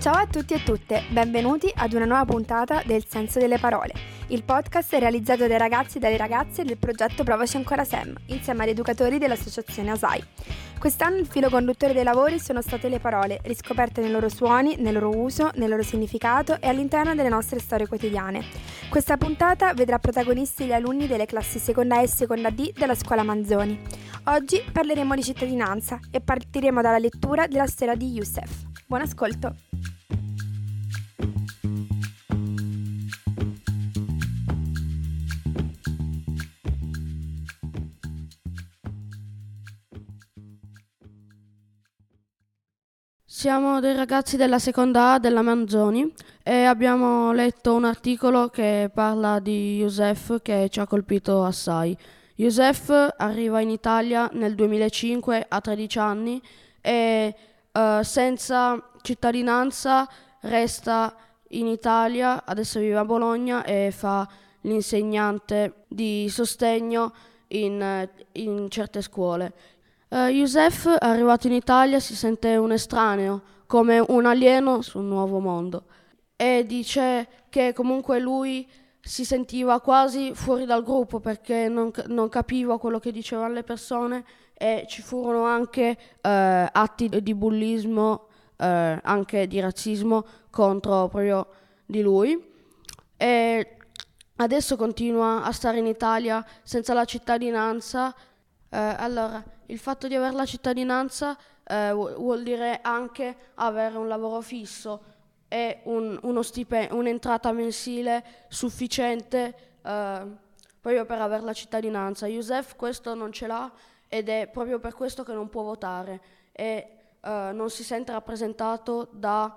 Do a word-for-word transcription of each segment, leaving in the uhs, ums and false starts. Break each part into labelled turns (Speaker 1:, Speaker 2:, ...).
Speaker 1: Ciao a tutti e tutte, benvenuti ad una nuova puntata del Senso delle Parole. Il podcast è realizzato dai ragazzi e dalle ragazze del progetto Provaci Ancora Sem, insieme ad educatori dell'associazione A S A I. Quest'anno il filo conduttore dei lavori sono state le parole, riscoperte nei loro suoni, nel loro uso, nel loro significato e all'interno delle nostre storie quotidiane. Questa puntata vedrà protagonisti gli alunni delle classi seconda E e seconda D della scuola Manzoni. Oggi parleremo di cittadinanza e partiremo dalla lettura della storia di Youssef. Buon ascolto!
Speaker 2: Siamo dei ragazzi della seconda A della Manzoni e abbiamo letto un articolo che parla di Youssef che ci ha colpito assai. Youssef arriva in Italia nel duemilacinque a tredici anni e eh, senza cittadinanza resta in Italia, adesso vive a Bologna e fa l'insegnante di sostegno in, in certe scuole. Uh, Youssef, arrivato in Italia, si sente un estraneo, come un alieno sul nuovo mondo, e dice che comunque lui si sentiva quasi fuori dal gruppo perché non, non capiva quello che dicevano le persone e ci furono anche uh, atti di bullismo, uh, anche di razzismo contro proprio di lui. E adesso continua a stare in Italia senza la cittadinanza. Uh, allora, il fatto di avere la cittadinanza uh, vuol dire anche avere un lavoro fisso e un, uno stipen- un'entrata mensile sufficiente uh, proprio per avere la cittadinanza. Youssef questo non ce l'ha ed è proprio per questo che non può votare e uh, non si sente rappresentato da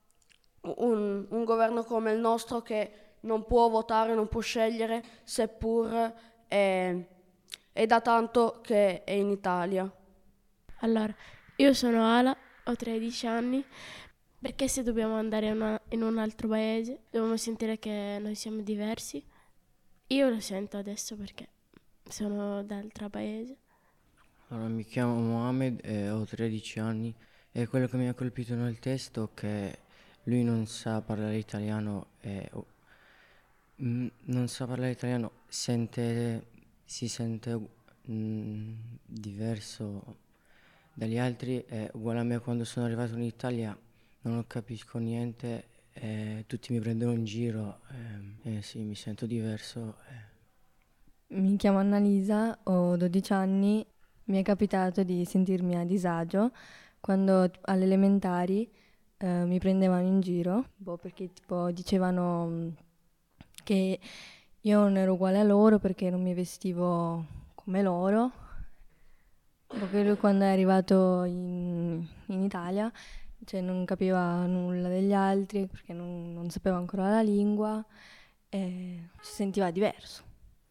Speaker 2: un, un governo come il nostro che non può votare, non può scegliere, seppur è... è da tanto che è in Italia.
Speaker 3: Allora, io sono Ala, ho tredici anni, perché se dobbiamo andare in, una, in un altro paese dobbiamo sentire che noi siamo diversi. Io lo sento adesso perché sono d'altro paese.
Speaker 4: Allora, mi chiamo Mohamed e ho tredici anni e quello che mi ha colpito nel testo è che lui non sa parlare italiano e mm, non sa parlare italiano, sente... si sente mm, diverso dagli altri, è uguale a me quando sono arrivato in Italia, non capisco niente e tutti mi prendono in giro e, e sì, mi sento diverso. E...
Speaker 5: Mi chiamo Annalisa, ho dodici anni, mi è capitato di sentirmi a disagio quando alle elementari eh, mi prendevano in giro, boh, perché tipo dicevano mh, che io non ero uguale a loro perché non mi vestivo come loro. Perché lui quando è arrivato in, in Italia, cioè non capiva nulla degli altri perché non, non sapeva ancora la lingua e si sentiva diverso.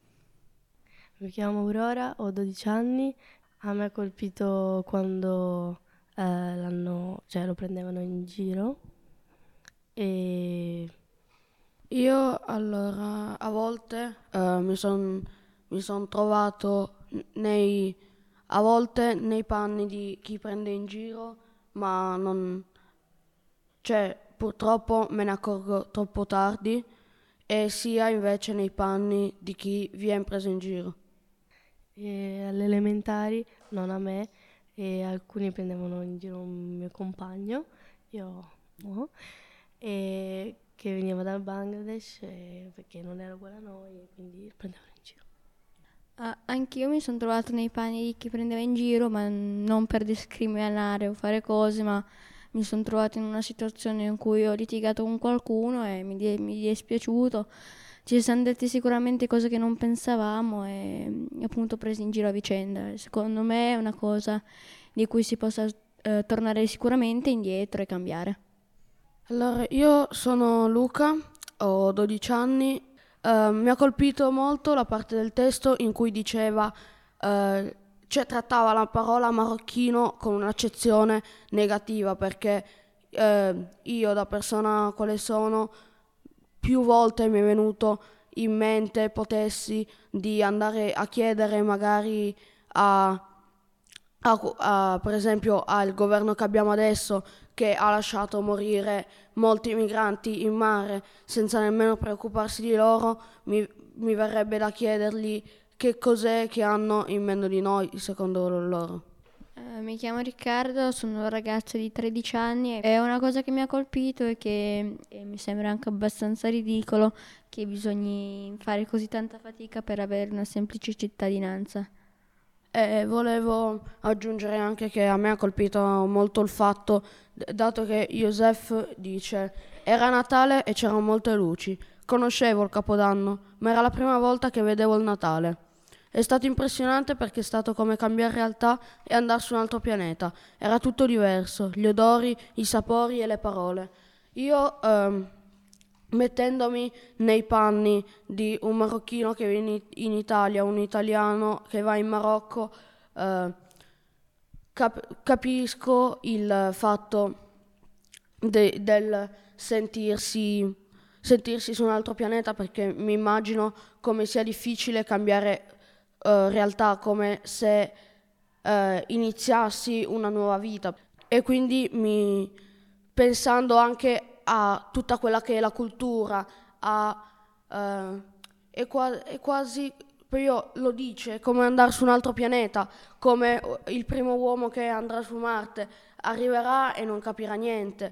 Speaker 3: Mi chiamo Aurora, ho dodici anni, a me ha colpito quando eh, l'hanno, cioè, lo prendevano in giro e...
Speaker 2: Io allora a volte eh, mi sono mi son trovato nei, a volte nei panni di chi prende in giro, ma non, cioè purtroppo me ne accorgo troppo tardi, e sia invece nei panni di chi viene preso in giro.
Speaker 3: E alle elementari, non a me, e alcuni prendevano in giro un mio compagno, io no, e che veniva dal Bangladesh eh, perché non era uguale a noi e quindi prendevano in giro.
Speaker 6: Uh, anch'io mi sono trovata nei panni di chi prendeva in giro, ma non per discriminare o fare cose, ma mi sono trovata in una situazione in cui ho litigato con qualcuno e mi, die- mi è dispiaciuto. Ci siamo detti sicuramente cose che non pensavamo e appunto presi in giro a vicenda. Secondo me è una cosa di cui si possa eh, tornare sicuramente indietro e cambiare.
Speaker 2: Allora, io sono Luca, ho dodici anni, eh, mi ha colpito molto la parte del testo in cui diceva, eh, cioè trattava la parola marocchino con un'accezione negativa, perché eh, io da persona quale sono, più volte mi è venuto in mente potessi di andare a chiedere magari a, a, a per esempio al governo che abbiamo adesso che ha lasciato morire molti migranti in mare senza nemmeno preoccuparsi di loro, mi, mi verrebbe da chiedergli che cos'è che hanno in meno di noi, secondo loro.
Speaker 6: Eh, mi chiamo Riccardo, sono un ragazzo di tredici anni e una cosa che mi ha colpito è che e mi sembra anche abbastanza ridicolo che bisogni fare così tanta fatica per avere una semplice cittadinanza.
Speaker 2: E volevo aggiungere anche che a me ha colpito molto il fatto, d- dato che Youssef dice era Natale e c'erano molte luci, conoscevo il Capodanno, ma era la prima volta che vedevo il Natale. È stato impressionante perché è stato come cambiare realtà e andare su un altro pianeta. Era tutto diverso, gli odori, i sapori e le parole. Io, ehm, mettendomi nei panni di un marocchino che viene in Italia, un italiano che va in Marocco, eh, cap- capisco il fatto de- del sentirsi, sentirsi su un altro pianeta, perché mi immagino come sia difficile cambiare eh, realtà, come se eh, iniziassi una nuova vita. E quindi mi, pensando anche a tutta quella che è la cultura, a, eh, è, qua- è quasi, poi io lo dice, è come andare su un altro pianeta, come il primo uomo che andrà su Marte, arriverà e non capirà niente.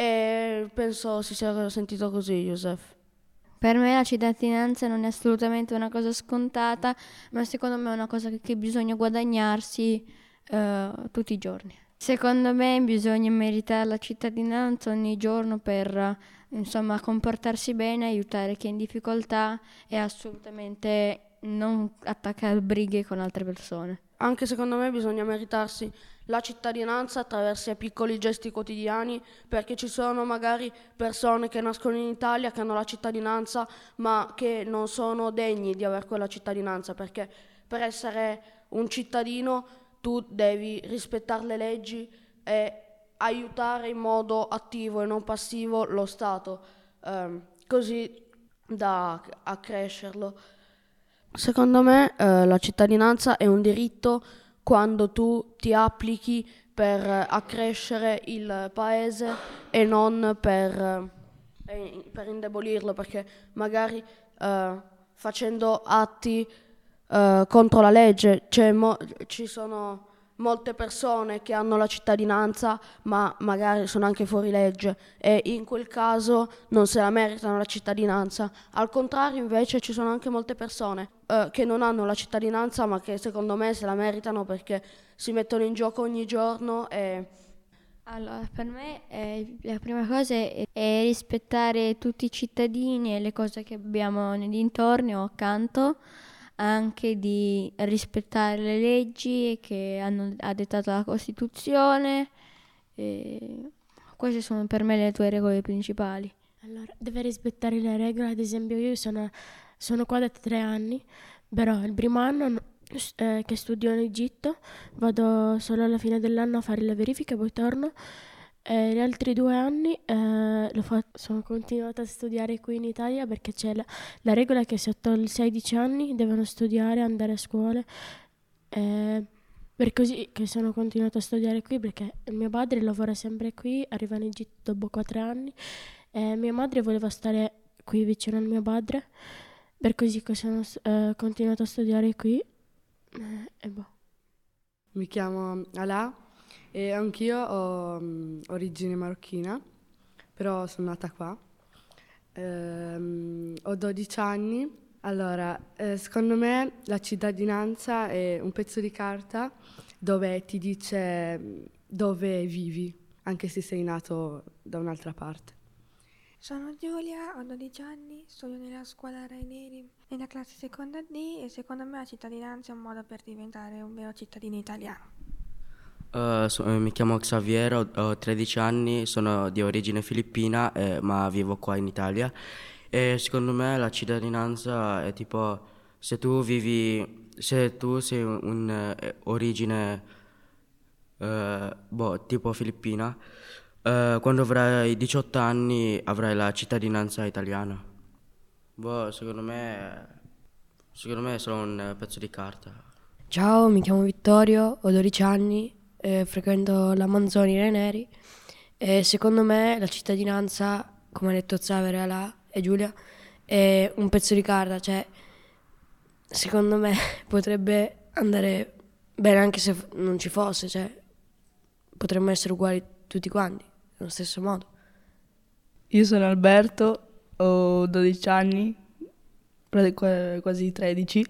Speaker 2: E penso si sia sentito così, Youssef.
Speaker 6: Per me la cittadinanza non è assolutamente una cosa scontata, ma secondo me è una cosa che, che bisogna guadagnarsi eh, tutti i giorni. Secondo me bisogna meritare la cittadinanza ogni giorno per eh, insomma comportarsi bene, aiutare chi è in difficoltà e assolutamente non attaccare brighe con altre persone.
Speaker 2: Anche secondo me bisogna meritarsi la cittadinanza attraverso i piccoli gesti quotidiani, perché ci sono magari persone che nascono in Italia, che hanno la cittadinanza, ma che non sono degni di avere quella cittadinanza, perché per essere un cittadino tu devi rispettare le leggi e aiutare in modo attivo e non passivo lo Stato, ehm, così da accrescerlo. Secondo me eh, la cittadinanza è un diritto quando tu ti applichi per accrescere il paese e non per, eh, per indebolirlo, perché magari eh, facendo atti eh, contro la legge, c'è mo- ci sono molte persone che hanno la cittadinanza ma magari sono anche fuori legge e in quel caso non se la meritano la cittadinanza. Al contrario invece ci sono anche molte persone eh, che non hanno la cittadinanza ma che secondo me se la meritano perché si mettono in gioco ogni giorno e...
Speaker 6: Allora, per me eh, la prima cosa è, è rispettare tutti i cittadini e le cose che abbiamo nei dintorni o accanto, anche di rispettare le leggi che hanno ha dettato la Costituzione. E queste sono per me le tue regole principali.
Speaker 7: Allora, deve rispettare le regole, ad esempio io sono, sono qua da tre anni, però il primo anno eh, che studio in Egitto vado solo alla fine dell'anno a fare le verifiche, poi torno. E gli altri due anni eh, l'ho fatto, sono continuata a studiare qui in Italia perché c'è la, la regola che sotto i sedici anni devono studiare, andare a scuola. Eh, per così che sono continuata a studiare qui perché mio padre lavora sempre qui, arriva in Egitto dopo quattro anni e mia madre voleva stare qui vicino al mio padre, per così che sono eh, continuata a studiare qui eh, e boh.
Speaker 8: Mi chiamo Alà e anch'io ho um, origine marocchina, però sono nata qua. Ehm, ho dodici anni. Allora, eh, secondo me la cittadinanza è un pezzo di carta dove ti dice dove vivi, anche se sei nato da un'altra parte.
Speaker 9: Sono Giulia, ho dodici anni, studio nella scuola Raineri nella classe seconda D e secondo me la cittadinanza è un modo per diventare un vero cittadino italiano.
Speaker 10: Uh, so- eh, mi chiamo Xavier, ho, ho tredici anni, sono di origine filippina, eh, ma vivo qua in Italia. E secondo me la cittadinanza è tipo se tu vivi, se tu sei un, un, eh, origine eh, boh, tipo filippina, eh, quando avrai diciotto anni avrai la cittadinanza italiana. Boh, secondo me, secondo me è solo un pezzo di carta.
Speaker 11: Ciao, mi chiamo Vittorio, ho dodici anni, eh, frequento la Manzoni Raineri E secondo me la cittadinanza, come ha detto Xaver là e Giulia, è un pezzo di carta, cioè secondo me potrebbe andare bene anche se f- non ci fosse, cioè potremmo essere uguali tutti quanti, nello stesso modo.
Speaker 12: Io sono Alberto, ho dodici anni, pra- qua- quasi tredici,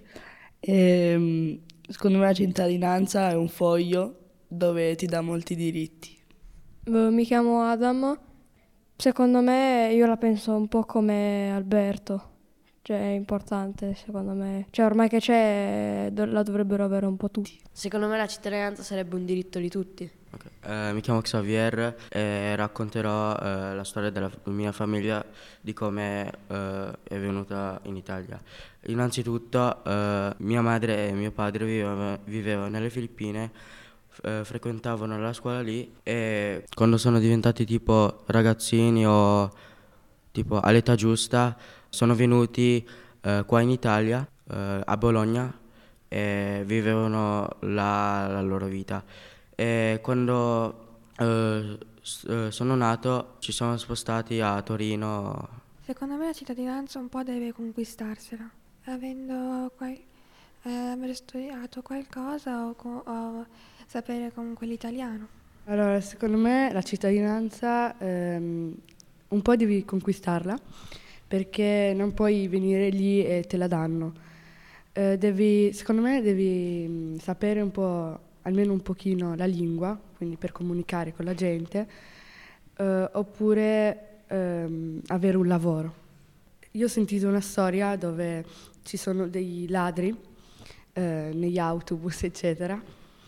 Speaker 12: e mm, secondo me la cittadinanza è un foglio dove ti dà molti diritti.
Speaker 13: Eh, Mi chiamo Adam. Secondo me io la penso un po' come Alberto, cioè è importante secondo me, cioè ormai che c'è do- la dovrebbero avere un po' tutti.
Speaker 11: Secondo me la cittadinanza sarebbe un diritto di tutti.
Speaker 10: Ok. Eh, mi chiamo Xavier e racconterò eh, la storia della f- mia famiglia, di come eh, è venuta in Italia. Innanzitutto eh, mia madre e mio padre viveva- vivevano nelle Filippine, f- eh, frequentavano la scuola lì e quando sono diventati tipo ragazzini o tipo all'età giusta sono venuti eh, qua in Italia, eh, a Bologna, e vivevano la, la loro vita. E quando eh, s- eh, sono nato ci siamo spostati a Torino.
Speaker 9: Secondo me la cittadinanza un po' deve conquistarsela, avendo qual- eh, aver studiato qualcosa o, co- o sapere comunque l'italiano.
Speaker 8: Allora, secondo me la cittadinanza ehm, un po' devi conquistarla perché non puoi venire lì e te la danno. Eh, devi, secondo me devi mh, sapere un po', almeno un pochino la lingua, quindi per comunicare con la gente, eh, oppure ehm, avere un lavoro. Io ho sentito una storia dove ci sono dei ladri eh, negli autobus, eccetera,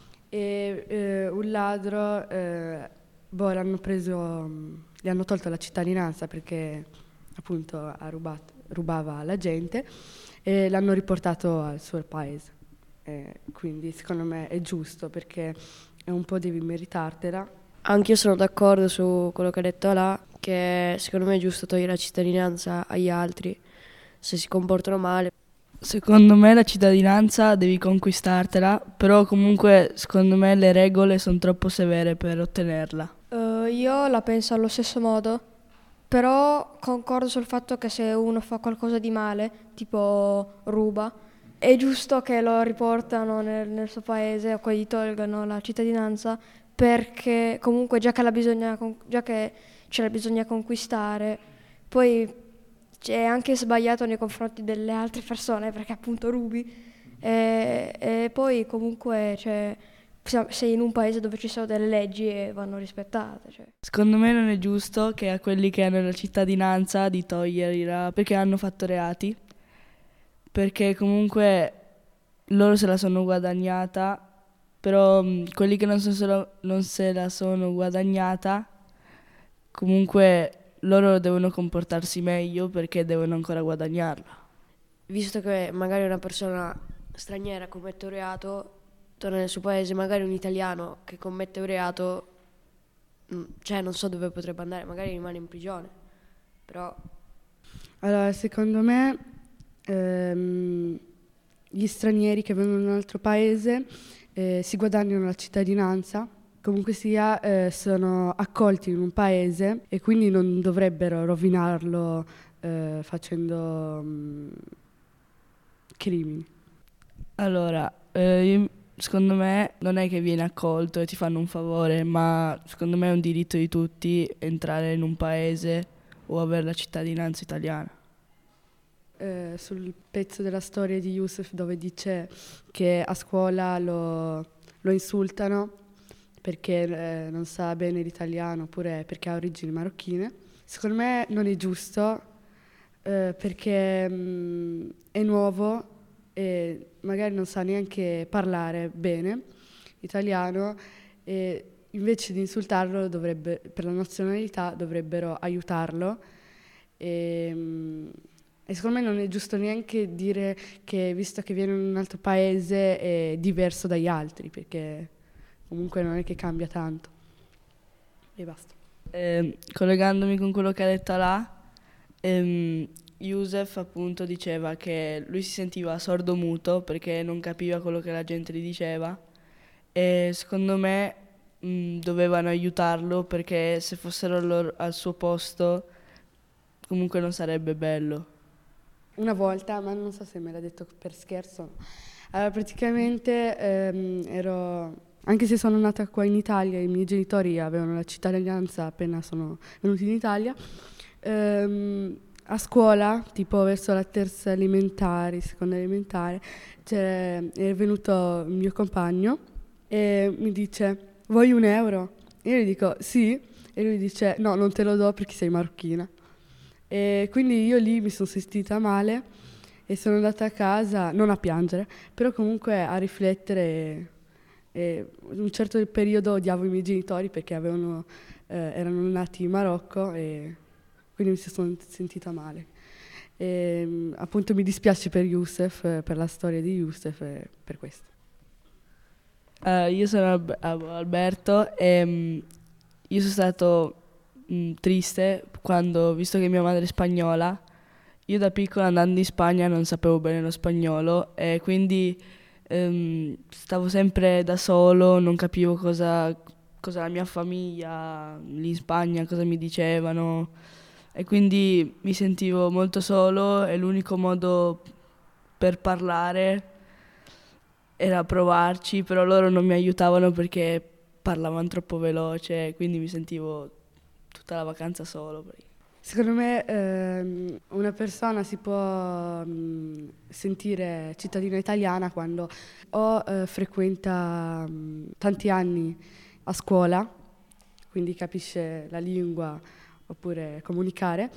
Speaker 8: e eh, un ladro, eh, boh, l'hanno preso, mh, gli hanno tolto la cittadinanza perché appunto ha rubato, rubava alla gente e l'hanno riportato al suo paese. Eh, quindi secondo me è giusto perché è un po' devi meritartela.
Speaker 11: Anch'io sono d'accordo su quello che ha detto là, che secondo me è giusto togliere la cittadinanza agli altri se si comportano male.
Speaker 12: Secondo me la cittadinanza devi conquistartela, però comunque secondo me le regole sono troppo severe per ottenerla.
Speaker 13: Eh, io la penso allo stesso modo, però concordo sul fatto che se uno fa qualcosa di male, tipo ruba, è giusto che lo riportano nel, nel suo paese o che gli tolgano la cittadinanza, perché comunque già che, la bisogna, con- già che ce la bisogna conquistare, poi è anche sbagliato nei confronti delle altre persone perché appunto rubi e, e poi comunque cioè, sia- sei in un paese dove ci sono delle leggi e vanno rispettate. Cioè.
Speaker 12: Secondo me non è giusto che a quelli che hanno la cittadinanza di toglierla perché hanno fatto reati, perché comunque loro se la sono guadagnata, però mh, quelli che non, so se lo- non se la sono guadagnata, comunque loro devono comportarsi meglio perché devono ancora guadagnarla.
Speaker 11: Visto che magari una persona straniera commette un reato, torna nel suo paese, magari un italiano che commette un reato, mm, cioè non so dove potrebbe andare, magari rimane in prigione, però
Speaker 8: Allora, secondo me ehm, gli stranieri che vengono in un altro paese eh, si guadagnano la cittadinanza, comunque sia eh, sono accolti in un paese e quindi non dovrebbero rovinarlo eh, facendo mm, crimini.
Speaker 12: Allora, eh, io- secondo me non è che viene accolto e ti fanno un favore, ma secondo me è un diritto di tutti entrare in un paese o avere la cittadinanza italiana.
Speaker 8: Eh, sul pezzo della storia di Yusuf dove dice che a scuola lo, lo insultano perché eh, non sa bene l'italiano oppure perché ha origini marocchine. Secondo me non è giusto eh, perché mh, è nuovo e magari non sa neanche parlare bene italiano e invece di insultarlo dovrebbe, per la nazionalità dovrebbero aiutarlo e, mh, e secondo me non è giusto neanche dire che visto che viene in un altro paese è diverso dagli altri perché comunque non è che cambia tanto. E basta.
Speaker 12: Eh, collegandomi con quello che ha detto là, ehm, Youssef appunto diceva che lui si sentiva sordo-muto perché non capiva quello che la gente gli diceva e secondo me mh, dovevano aiutarlo perché se fossero loro al suo posto comunque non sarebbe bello.
Speaker 8: Una volta, ma non so se me l'ha detto per scherzo, allora praticamente ehm, ero, anche se sono nata qua in Italia, i miei genitori avevano la cittadinanza appena sono venuti in Italia, ehm, a scuola, tipo verso la terza elementare, seconda elementare, c'è, è venuto il mio compagno e mi dice: vuoi un euro? E io gli dico sì, e lui dice no, non te lo do perché sei marocchina. E quindi io lì mi sono sentita male e sono andata a casa, non a piangere, però comunque a riflettere. E, e in un certo periodo odiavo i miei genitori perché avevano, eh, erano nati in Marocco e quindi mi sono sentita male. E, appunto mi dispiace per Youssef, per la storia di Youssef e per questo.
Speaker 12: Uh, io sono Alb- Alberto e um, io sono stato um, triste quando, visto che mia madre è spagnola, io da piccola andando in Spagna non sapevo bene lo spagnolo e quindi um, stavo sempre da solo, non capivo cosa, cosa la mia famiglia lì in Spagna, cosa mi dicevano e quindi mi sentivo molto solo e l'unico modo per parlare era provarci, però loro non mi aiutavano perché parlavano troppo veloce, quindi mi sentivo tutta la vacanza solo.
Speaker 8: Secondo me ehm, una persona si può mh, sentire cittadina italiana quando o eh, frequenta mh, tanti anni a scuola, quindi capisce la lingua oppure comunicare,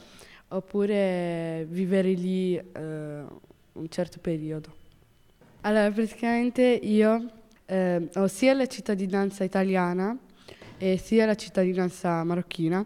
Speaker 8: oppure vivere lì eh, un certo periodo. Allora, praticamente io eh, ho sia la cittadinanza italiana e sia la cittadinanza marocchina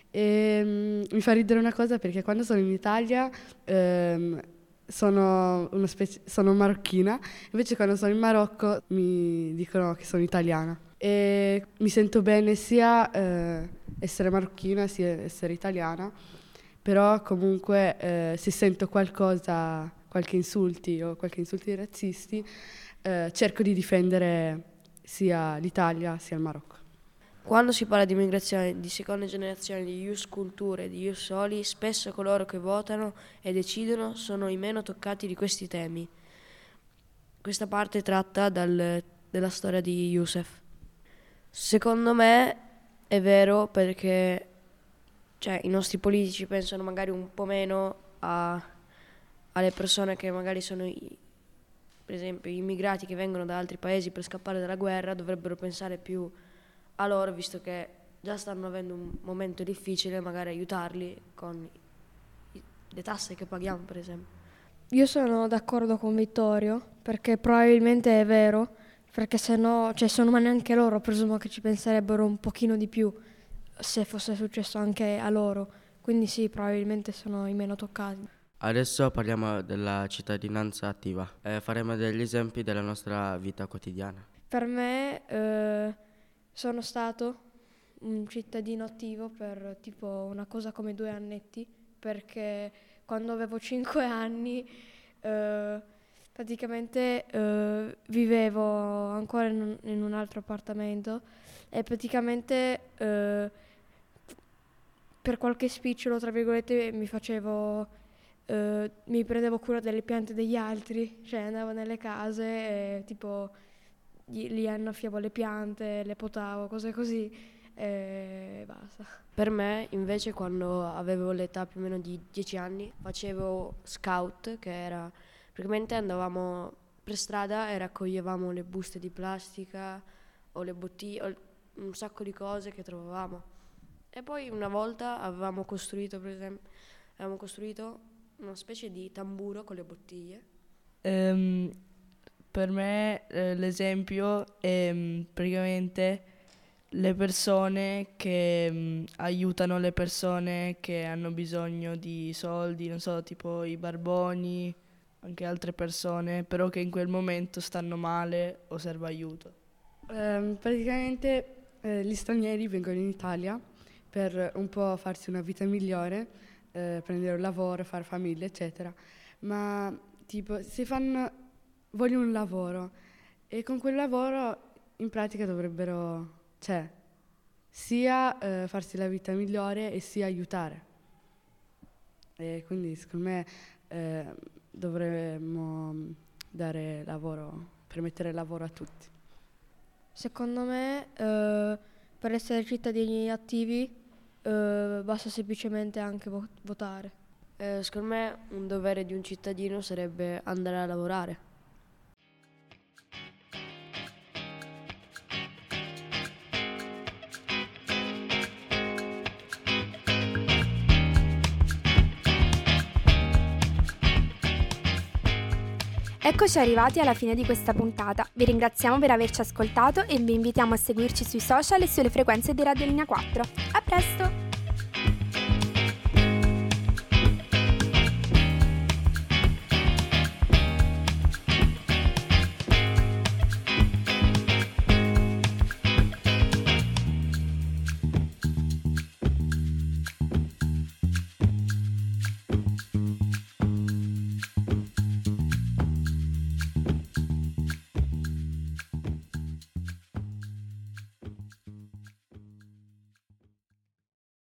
Speaker 8: e um, mi fa ridere una cosa perché quando sono in Italia um, sono, una specie, sono marocchina, invece quando sono in Marocco mi dicono che sono italiana e mi sento bene sia eh, essere marocchina sia essere italiana, però comunque eh, se sento qualcosa, qualche insulti o qualche insulti razzisti, eh, cerco di difendere sia l'Italia sia il Marocco.
Speaker 11: Quando si parla di immigrazione di seconda generazione, di ius culture, di ius soli, spesso coloro che votano e decidono sono i meno toccati di questi temi. Questa parte è tratta dal, dalla storia di Youssef. Secondo me è vero perché cioè, i nostri politici pensano magari un po' meno a, alle persone che magari sono, i, per esempio, gli immigrati che vengono da altri paesi per scappare dalla guerra, dovrebbero pensare più a loro, visto che già stanno avendo un momento difficile, magari aiutarli con i, le tasse che paghiamo, per esempio.
Speaker 13: Io sono d'accordo con Vittorio, perché probabilmente è vero, perché se no, cioè secondo me neanche loro presumo che ci penserebbero un pochino di più se fosse successo anche a loro, quindi sì, probabilmente sono i meno toccati.
Speaker 10: Adesso parliamo della cittadinanza attiva, eh, faremo degli esempi della nostra vita quotidiana.
Speaker 13: Per me eh, sono stato un cittadino attivo per tipo una cosa come due annetti, perché quando avevo cinque anni eh, praticamente eh, vivevo ancora in un, in un altro appartamento e praticamente eh, per qualche spicciolo, tra virgolette, mi facevo, eh, mi prendevo cura delle piante degli altri, cioè andavo nelle case e tipo gli, gli annaffiavo le piante, le potavo, cose così e basta.
Speaker 11: Per me invece quando avevo l'età più o meno di dieci anni facevo scout, che era praticamente andavamo per strada e raccoglievamo le buste di plastica o le bottiglie, o un sacco di cose che trovavamo. E poi una volta avevamo costruito, per esempio, avevamo costruito una specie di tamburo con le bottiglie.
Speaker 12: Um, per me eh, l'esempio è um, praticamente le persone che um, aiutano le persone che hanno bisogno di soldi, non so, tipo i barboni, anche altre persone, però che in quel momento stanno male o serve aiuto.
Speaker 8: Um, praticamente eh, gli stranieri vengono in Italia per un po' farsi una vita migliore, eh, prendere un lavoro, fare famiglia, eccetera. Ma tipo, se fanno, vogliono un lavoro e con quel lavoro in pratica dovrebbero cioè, sia eh, farsi la vita migliore e sia aiutare. E quindi secondo me eh, dovremmo dare lavoro, permettere lavoro a tutti.
Speaker 13: Secondo me eh, per essere cittadini attivi eh, basta semplicemente anche vo- votare.
Speaker 11: Eh, secondo me un dovere di un cittadino sarebbe andare a lavorare.
Speaker 1: Eccoci arrivati alla fine di questa puntata. Vi ringraziamo per averci ascoltato e vi invitiamo a seguirci sui social e sulle frequenze di Radio Linea quattro. A presto!